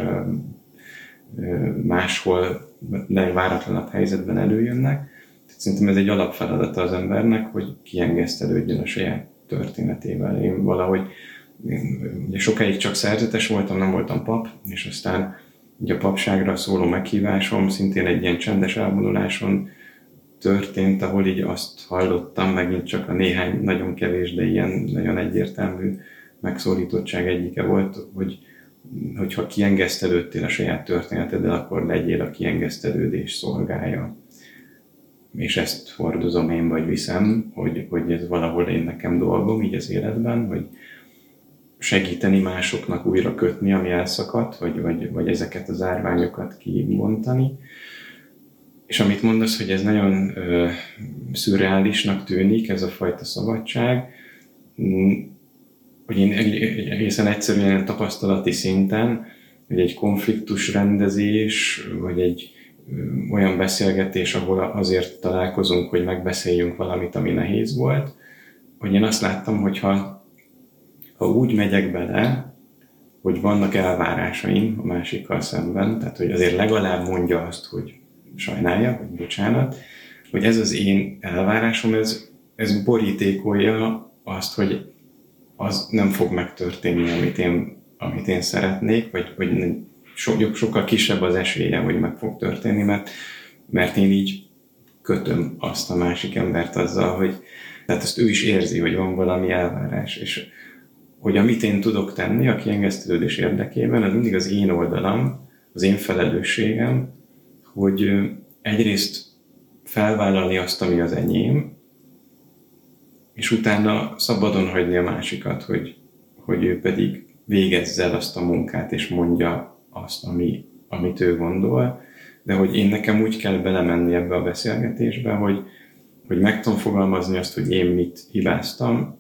máshol legváratlanabb helyzetben előjönnek. Szerintem ez egy alapfeladata az embernek, hogy kiengesztelődjön a saját történetével. Én valahogy ugye sokáig csak szerzetes voltam, nem voltam pap, és aztán ugye a papságra szóló meghívásom szintén egy ilyen csendes elvonuláson történt, ahol így azt hallottam, megint csak a néhány nagyon kevés, de ilyen nagyon egyértelmű megszólítottság egyike volt, hogyha kiengesztelődtél a saját történeteddel, akkor legyél a kiengesztelődés szolgája. És ezt hordozom én, vagy viszem, hogy ez valahol én nekem dolgom így az életben, hogy segíteni másoknak újra kötni, ami elszakadt, vagy ezeket az árványokat kibontani. És amit mondasz, hogy ez nagyon szürreálisnak tűnik, ez a fajta szabadság, hogy én egészen egyszerűen tapasztalati szinten, hogy egy konfliktus rendezés, vagy egy olyan beszélgetés, ahol azért találkozunk, hogy megbeszéljünk valamit, ami nehéz volt, hogy én azt láttam, hogy ha úgy megyek bele, hogy vannak elvárásaim a másikkal szemben, tehát hogy azért legalább mondja azt, hogy sajnálja, vagy bocsánat, hogy ez az én elvárásom, ez borítékolja azt, hogy az nem fog megtörténni, amit én szeretnék, vagy sokkal kisebb az esélye, hogy meg fog történni, mert én így kötöm azt a másik embert azzal, hogy tehát ezt ő is érzi, hogy van valami elvárás, és hogy amit én tudok tenni a kiengesztelődés érdekében, az mindig az én oldalam, az én felelősségem, hogy egyrészt felvállalni azt, ami az enyém, és utána szabadon hagyni a másikat, hogy ő pedig végezze el azt a munkát, és mondja azt, amit ő gondol, de hogy én nekem úgy kell belemenni ebbe a beszélgetésbe, hogy meg tudom fogalmazni azt, hogy én mit hibáztam,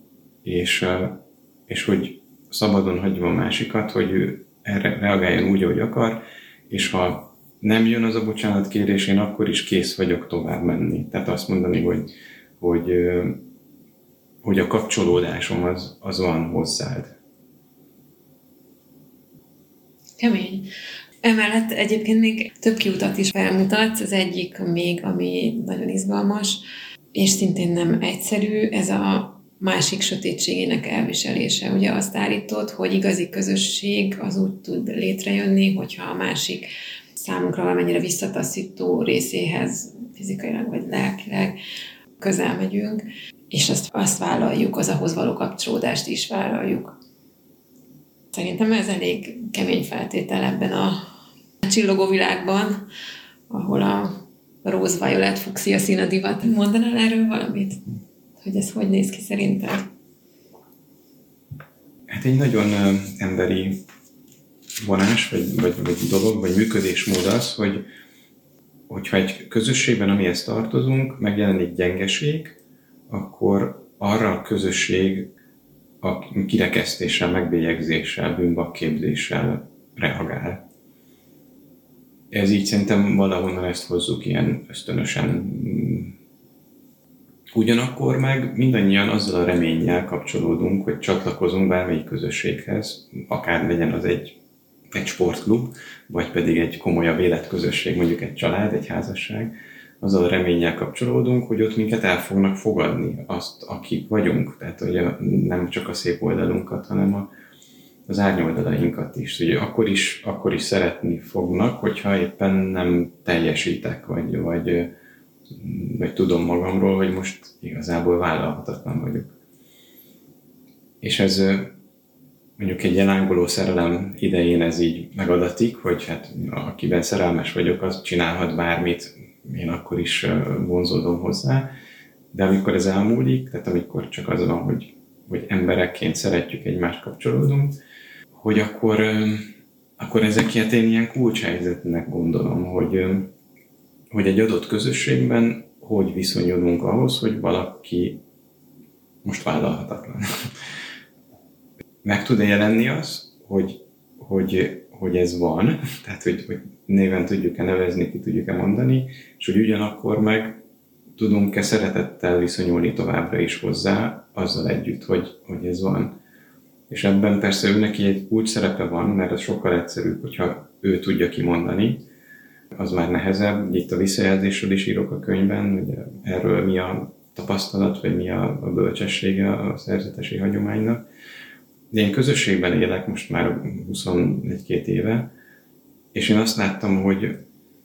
és hogy szabadon hagyom a másikat, hogy ő erre reagáljon úgy, ahogy akar, és ha nem jön az a bocsánatkérés, én akkor is kész vagyok tovább menni. Tehát azt mondani, hogy a kapcsolódásom az van hozzád. Kemény. Emellett egyébként még több kiutat is felmutatsz, az egyik még, ami nagyon izgalmas, és szintén nem egyszerű, ez a másik sötétségének elviselése. Ugye azt állítod, hogy igazi közösség az úgy tud létrejönni, hogyha a másik számunkra valamennyire visszataszító részéhez fizikailag vagy lelkileg közel megyünk, és azt vállaljuk, az ahhoz való kapcsolódást is vállaljuk. Szerintem ez elég kemény feltétel ebben a csillogó világban, ahol a rose-violet fuchsia szín a divat. Mondanál erről valamit? Hogy ez hogy néz ki szerinted? Hát egy nagyon emberi vonás, vagy dolog, vagy működésmód az, hogyha egy közösségben, amihez tartozunk, megjelenik gyengeség, akkor arra a közösség a kirekesztéssel, megbélyegzéssel, bűnbakképzéssel reagál. Ez így szerintem valahonnan ezt hozzuk ilyen ösztönösen. Ugyanakkor meg mindannyian azzal a reménnyel kapcsolódunk, hogy csatlakozunk bármelyik közösséghez, akár legyen az egy sportklub, vagy pedig egy komolyabb életközösség, mondjuk egy család, egy házasság, azzal a reménnyel kapcsolódunk, hogy ott minket el fognak fogadni azt, akik vagyunk. Tehát ugye nem csak a szép oldalunkat, hanem az árnyoldalainkat is. Ugye akkor is szeretni fognak, hogyha éppen nem teljesítek, vagy tudom magamról, hogy most igazából vállalhatatlan vagyok. És mondjuk egy elángoló szerelem idején ez így megadatik, hogy hát akiben szerelmes vagyok, az csinálhat bármit, én akkor is vonzódom hozzá. De amikor ez elmúlik, tehát amikor csak az van, hogy emberekként szeretjük egymást, kapcsolódunk, hogy akkor ezeket én ilyen kulcshelyzetnek gondolom, hogy egy adott közösségben hogy viszonyulunk ahhoz, hogy valaki most vállalhatatlan. Meg tud-e jelenni az, hogy ez van, tehát hogy néven tudjuk-e nevezni, ki tudjuk-e mondani, és hogy ugyanakkor meg tudunk-e szeretettel viszonyulni továbbra is hozzá, azzal együtt, hogy ez van. És ebben persze ő neki egy kulcs szerepe van, mert az sokkal egyszerűbb, hogyha ő tudja kimondani, az már nehezebb. Itt a visszajelzésről is írok a könyvben, hogy erről mi a tapasztalat, vagy mi a bölcsessége a szerzetesi hagyománynak. De én közösségben élek most már 21-2 éve, és én azt láttam, hogy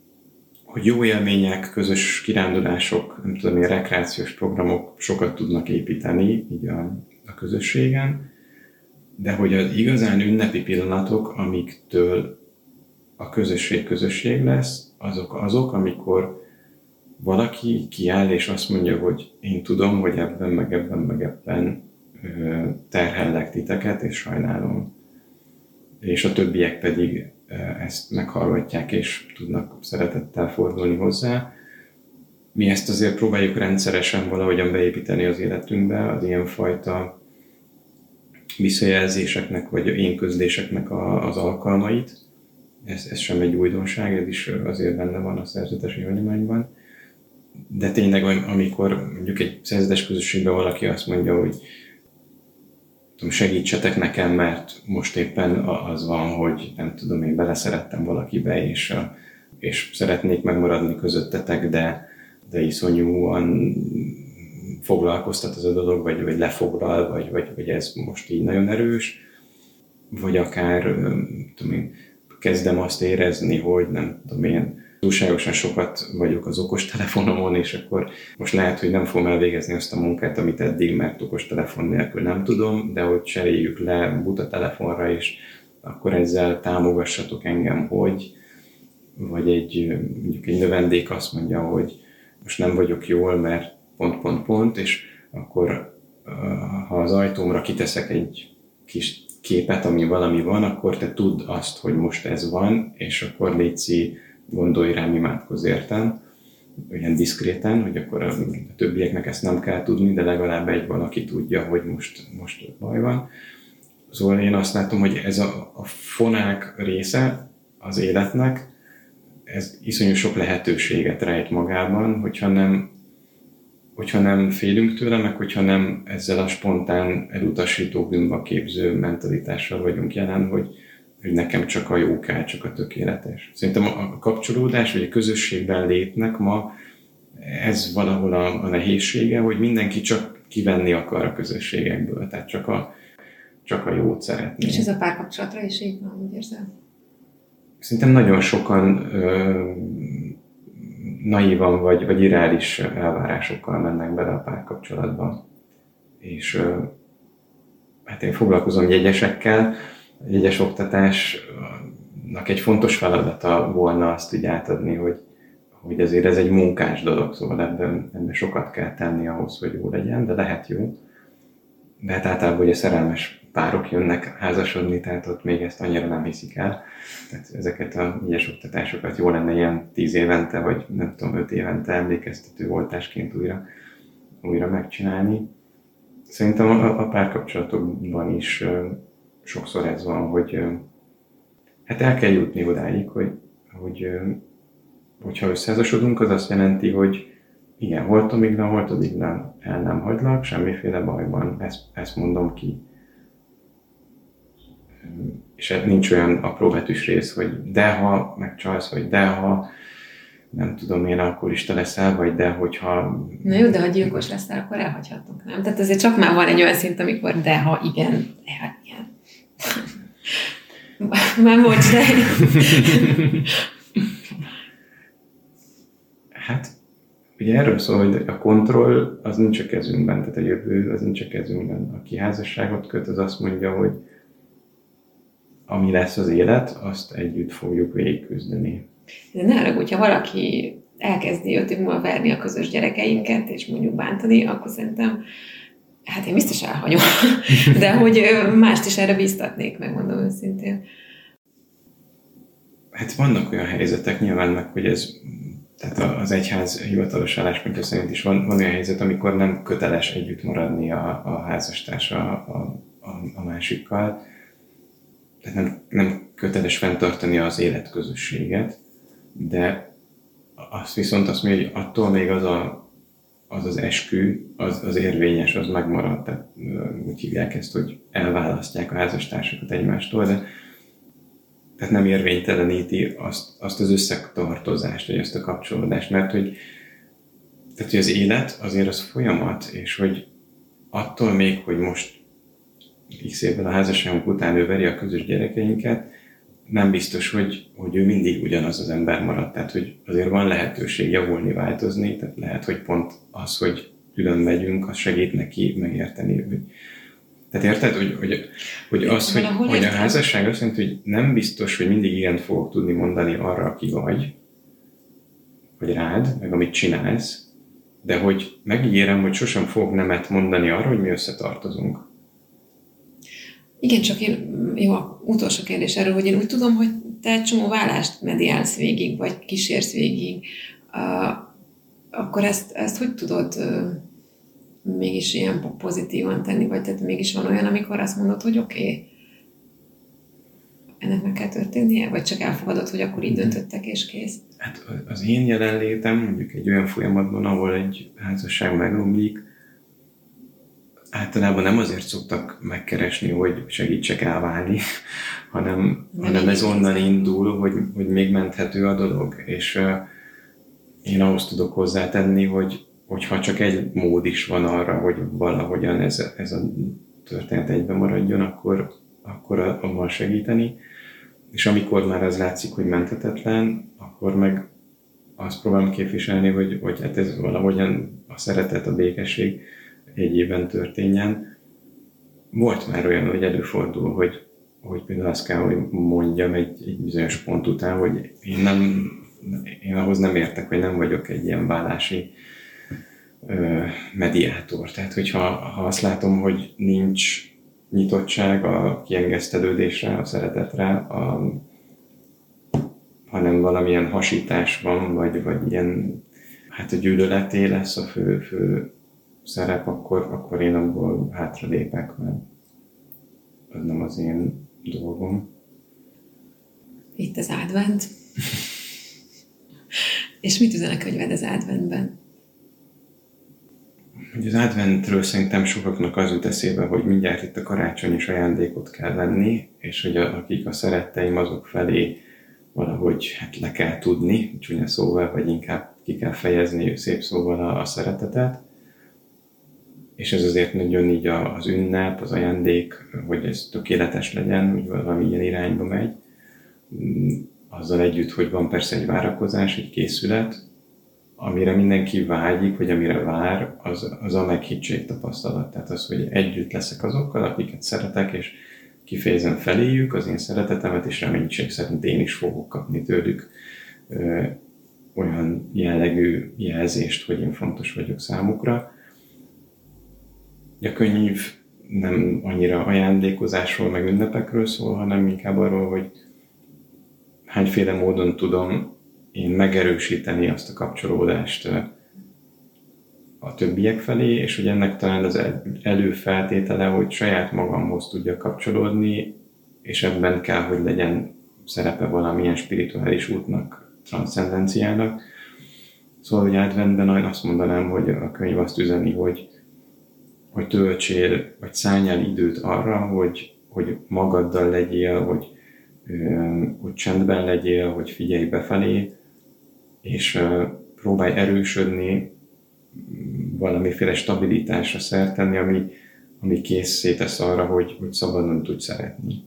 jó élmények, közös kirándulások, nem tudom, ilyen rekreációs programok sokat tudnak építeni így a közösségen, de hogy az igazán ünnepi pillanatok, amiktől a közösség lesz, azok, amikor valaki kiáll és azt mondja, hogy én tudom, hogy ebben terhellek titeket, és sajnálom. És a többiek pedig ezt meghallgatják, és tudnak szeretettel fordulni hozzá. Mi ezt azért próbáljuk rendszeresen valahogyan beépíteni az életünkbe, az ilyenfajta visszajelzéseknek, vagy én közléseknek az alkalmait. Ez sem egy újdonság, ez is azért benne van a szerzetesi hagyományban. De tényleg, amikor mondjuk egy szerzetes közösségben valaki azt mondja, hogy segítsetek nekem, mert most éppen az van, hogy nem tudom, én beleszerettem valakibe, és szeretnék megmaradni közöttetek, de iszonyúan foglalkoztat az a dolog, vagy lefoglal, vagy ez most így nagyon erős, vagy akár tudom én, kezdem azt érezni, hogy nem tudom én, túlságosan sokat vagyok az okostelefonomon, és akkor most lehet, hogy nem fogom elvégezni azt a munkát, amit eddig, mert okostelefon nélkül nem tudom, de hogy cseréljük le buta telefonra is, akkor ezzel támogassatok engem, hogy, vagy mondjuk egy növendék azt mondja, hogy most nem vagyok jól, mert pont, és akkor ha az ajtómra kiteszek egy kis képet, ami valami van, akkor te tudd azt, hogy most ez van, és akkor létszi, gondolj rám, imádkozz értem, olyan diszkréten, hogy akkor a többieknek ezt nem kell tudni, de legalább egy valaki tudja, hogy most baj van. Szóval én azt látom, hogy ez a fonák része az életnek, ez iszonyú sok lehetőséget rejt magában, hogyha nem félünk tőle, meg hogyha nem ezzel a spontán elutasító bűnbaképző mentalitással vagyunk jelen, hogy nekem csak a jó kell, csak a tökéletes. Szerintem a kapcsolódás, vagy a közösségben létnek ma, ez valahol a nehézsége, hogy mindenki csak kivenni akar a közösségekből, tehát csak a jót szeretné. És ez a párkapcsolatra is így van, úgy érzem? Szerintem nagyon sokan naívan vagy irreális elvárásokkal mennek bele a párkapcsolatba. És hát én foglalkozom jegyesekkel, a jegyes oktatásnak egy fontos feladata volna azt úgy átadni, hogy azért ez egy munkás dolog, szóval ebben sokat kell tenni ahhoz, hogy jó legyen, de lehet jó. De hát általában ugye szerelmes párok jönnek házasodni, tehát ott még ezt annyira nem hiszik el. Tehát ezeket a jegyes oktatásokat jó lenne ilyen 10 évente, vagy nem tudom, 5 évente emlékeztető oltásként újra megcsinálni. Szerintem a párkapcsolatokban is sokszor ez van, hogy hát el kell jutni odáig, hogyha összeházasodunk, az azt jelenti, hogy igen, holtomig nem, el nem hagylak, semmiféle bajban, ezt mondom ki. És nincs olyan apróbetűs rész, hogy de ha megcsalsz, vagy de ha nem tudom én, akkor is te leszel, vagy de hogyha... Na jó, de ha gyilkos leszel, akkor elhagyhatok, nem? Tehát azért csak már van egy olyan szint, amikor de ha igen, de ha igen. Már bocs, de... Hát, ugye erről szól, hogy a kontroll az nincs a kezünkben, tehát a jövő az nincs a kezünkben. Aki házasságot köt, az azt mondja, hogy ami lesz az élet, azt együtt fogjuk végigküzdeni. De ne haragudj, ha valaki elkezdi 5 év múlva verni a közös gyerekeinket, és mondjuk bántani, akkor szerintem, hát én biztos elhagyom. De hogy mást is erre biztatnék, megmondom őszintén. Hát vannak olyan helyzetek nyilván meg, hogy ez, tehát az egyház hivatalos álláspontja szerint is van olyan helyzet, amikor nem köteles együtt maradni a házastársa a másikkal, tehát nem köteles fenntartani az életközösséget, de azt mondja, hogy attól még az eskü, az érvényes, az megmarad. Tehát úgy hívják ezt, hogy elválasztják a házastársakat egymástól, de tehát nem érvényteleníti azt az összetartozást, vagy azt a kapcsolódást, mert hogy az élet azért az folyamat, és hogy attól még, hogy most x évvel a házasságunk után ő veri a közös gyerekeinket, nem biztos, hogy ő mindig ugyanaz az ember maradt. Tehát, hogy azért van lehetőség javulni, változni, tehát lehet, hogy pont az, hogy külön megyünk, az segít neki megérteni. Tehát érted, hogy a házasság azt jelenti, hogy nem biztos, hogy mindig igent fogok tudni mondani arra, aki vagy rád, meg amit csinálsz, de hogy megígérem, hogy sosem fogok nemet mondani arra, hogy mi összetartozunk. Igen, csak utolsó kérdés erről, hogy én úgy tudom, hogy te egy csomó vállást mediálsz végig, vagy kísérsz végig, akkor ezt hogy tudod mégis ilyen pozitívan tenni, vagy tehát mégis van olyan, amikor azt mondod, hogy oké, ennek meg kell történnie, vagy csak elfogadod, hogy akkor így döntöttek és kész? Hát az én jelenlétem mondjuk egy olyan folyamatban, ahol egy házasság megromlik, általában nem azért szoktak megkeresni, hogy segítsek elválni, hanem ez onnan indul, hogy még menthető a dolog. És én ahhoz tudok hozzátenni, hogy ha csak egy mód is van arra, hogy valahogyan ez a történet egyben maradjon, akkor abban segíteni. És amikor már az látszik, hogy menthetetlen, akkor meg azt próbálom képviselni, hogy hát ez valahogyan a szeretet, a békesség egyében történjen. Volt már olyan, hogy előfordul, hogy például azt kell, hogy mondjam egy bizonyos pont után, hogy én ahhoz nem értek, vagy nem vagyok egy ilyen vállási mediátor. Tehát, hogyha azt látom, hogy nincs nyitottság a kiengesztelődésre, a szeretetre, hanem valamilyen hasítás van, vagy ilyen, hát a gyűlöleté lesz a fő szerep, akkor én abból hátralépek, mert az nem az én dolgom. Itt az advent. És mit üzen a könyved az adventben? Az adventről szerintem sokaknak az jut eszébe, hogy mindjárt itt a karácsonyos ajándékot kell venni, és hogy akik a szeretteim, azok felé valahogy le kell tudni, csúnya szóval, vagy inkább ki kell fejezni szép szóval a szeretetet. És ez azért nagyon így az ünnep, az ajándék, hogy ez tökéletes legyen, hogy valami ilyen irányba megy. Azzal együtt, hogy van persze egy várakozás, egy készület, amire mindenki vágyik, vagy amire vár, az a meghittség tapasztalat. Tehát az, hogy együtt leszek azokkal, akiket szeretek, és kifejezem feléjük az én szeretetemet, és reménység szerint én is fogok kapni tőlük olyan jellegű jelzést, hogy én fontos vagyok számukra. A könyv nem annyira ajándékozásról, meg ünnepekről szól, hanem inkább arról, hogy hányféle módon tudom én megerősíteni azt a kapcsolódást a többiek felé, és hogy ennek talán az előfeltétele, hogy saját magamhoz tudja kapcsolódni, és ebben kell, hogy legyen szerepe valamilyen spirituális útnak, transzcendenciának. Szóval, hogy adventben azt mondanám, hogy a könyv azt üzeni, hogy töltsél, vagy szálljál időt arra, hogy magaddal legyél, hogy csendben legyél, hogy figyelj befelé, és próbálj erősödni, valamiféle stabilitásra szert tenni, ami készé tesz arra, hogy szabadon tudj szeretni.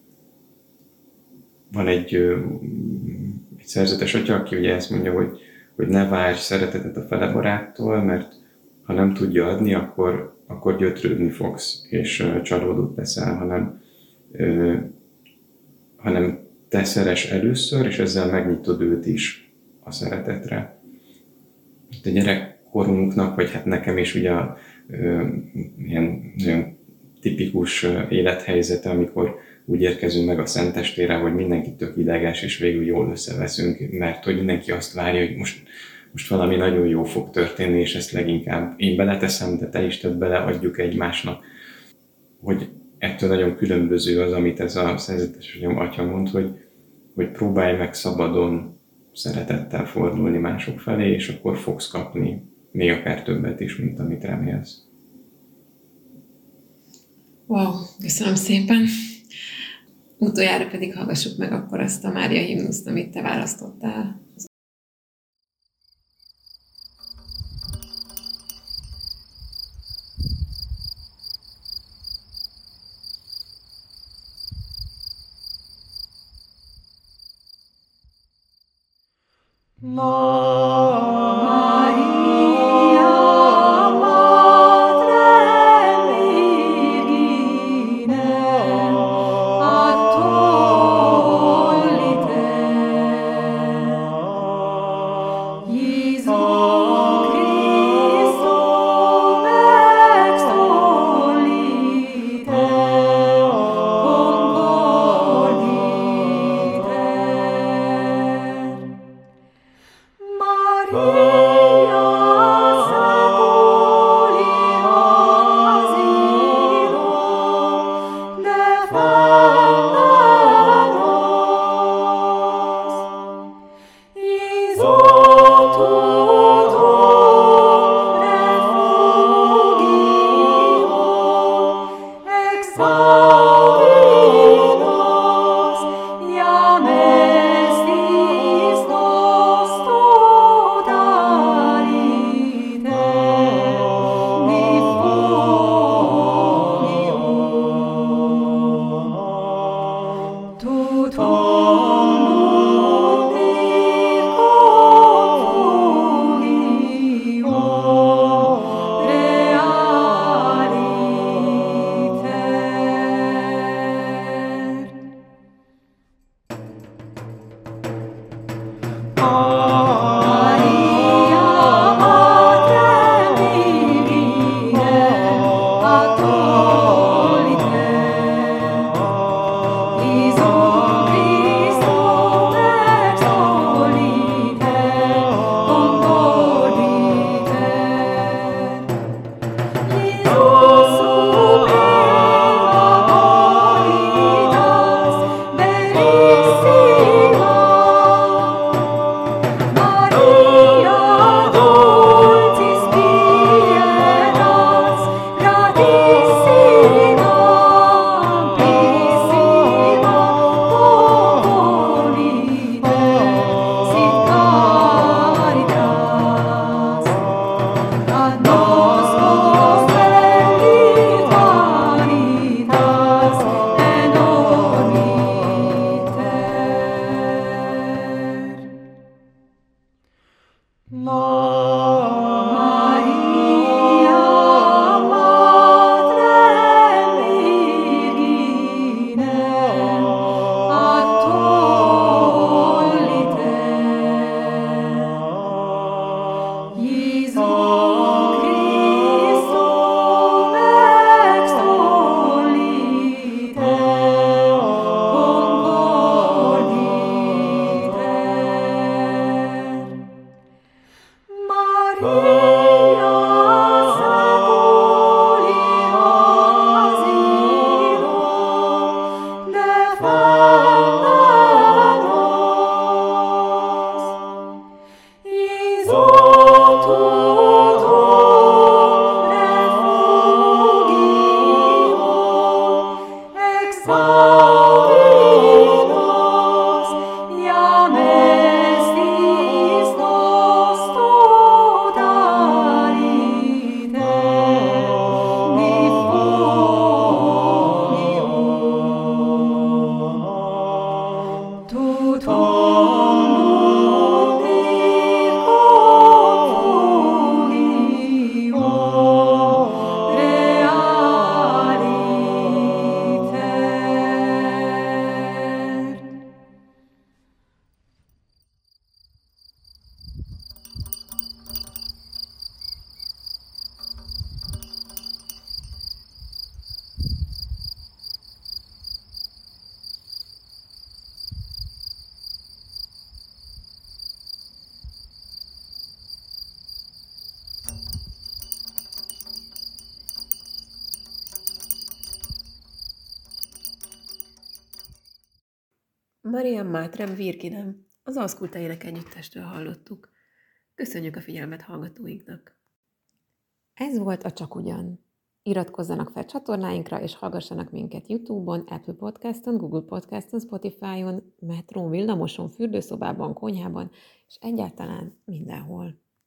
Van egy szerzetes atya, aki ugye ezt mondja, hogy ne várj szeretetet a fele baráttól, mert ha nem tudja adni, akkor gyötrődni fogsz, és csalódott leszel, hanem hanem te szeress először, és ezzel megnyitod őt is a szeretetre. A gyerekkorunknak, vagy hát nekem is ugye ilyen nagyon tipikus élethelyzete, amikor úgy érkezünk meg a Szentestére, hogy mindenki tök ideges, és végül jól összeveszünk, mert hogy mindenki azt várja, hogy most valami nagyon jó fog történni, és ezt leginkább én beleteszem, de te is tedd bele, adjuk egymásnak. Hogy ettől nagyon különböző az, amit ez a szerzetes atya mond, hogy próbálj meg szabadon szeretettel fordulni mások felé, és akkor fogsz kapni még akár többet is, mint amit remélsz. Wow, köszönöm szépen! Utoljára pedig hallgassuk meg akkor azt a Mária himnuszt, amit te választottál. Mariam Mátrem Virkinem, az Auskulta Ének Együttestől hallottuk. Köszönjük a figyelmet hallgatóinknak! Ez volt a Csak Ugyan. Iratkozzanak fel csatornáinkra, és hallgassanak minket YouTube-on, Apple Podcast-on, Google Podcast-on, Spotify-on, metrón, villamoson, fürdőszobában, konyhában, és egyáltalán mindenhol.